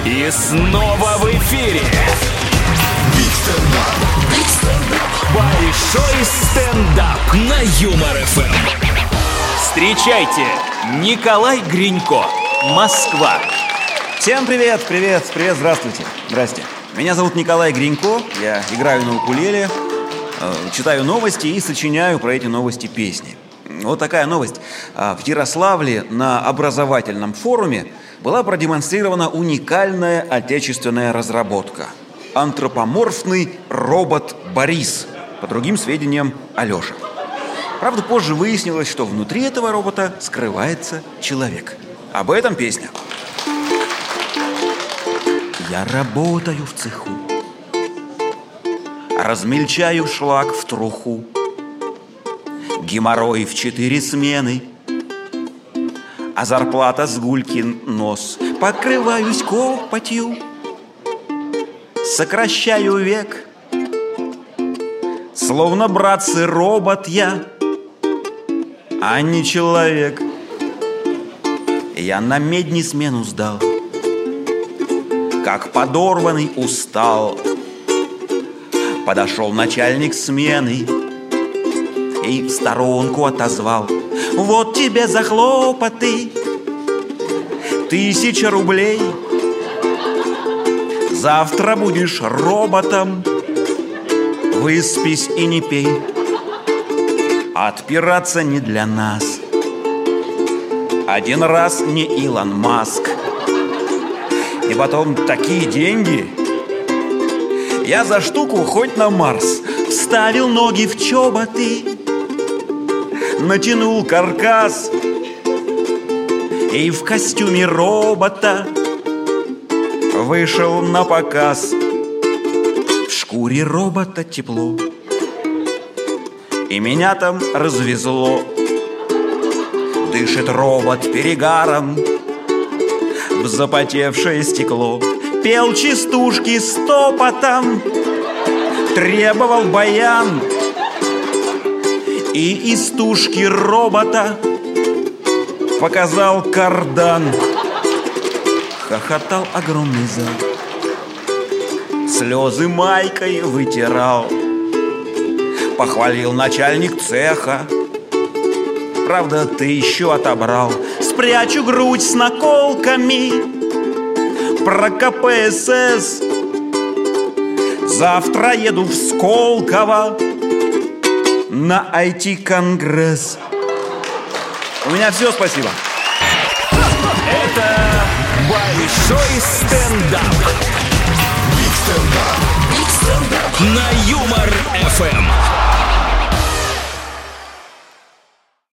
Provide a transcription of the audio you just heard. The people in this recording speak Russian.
И снова в эфире большой стендап на Юмор ФМ. Встречайте, Николай Гринько, Москва. Всем привет, здравствуйте. Здрасте. Меня зовут Николай Гринько, я играю на укулеле, читаю новости и сочиняю про эти новости песни. Вот такая новость. В Ярославле на образовательном форуме была продемонстрирована уникальная отечественная разработка. Антропоморфный робот Борис, по другим сведениям Алеша. Правда, позже выяснилось, что внутри этого робота скрывается человек. Об этом песня. Я работаю в цеху, размельчаю шлак в труху, геморрой в 4 смены, а зарплата с гулькин нос. Покрываюсь копотью, сокращаю век, словно, братцы, робот я, а не человек. Я на медни смену сдал, как подорванный устал. Подошел начальник смены и в сторонку отозвал: вот тебе за хлопоты 1000 рублей. Завтра будешь роботом, выспись и не пей. Отпираться не для нас. Один раз не Илон Маск. И потом такие деньги. Я за штуку хоть на Марс. Вставил ноги в чоботы, натянул каркас и в костюме робота вышел на показ. В шкуре робота тепло, и меня там развезло. Дышит робот перегаром в запотевшее стекло. Пел частушки стопотом, требовал баян, и из тушки робота показал кардан. Хохотал огромный зал, слезы майкой вытирал. Похвалил начальник цеха: правда, ты еще отобрал. Спрячу грудь с наколками про КПСС. Завтра еду в Сколково на IT-конгресс. У меня все, спасибо. Это большой стендап на Юмор ФМ.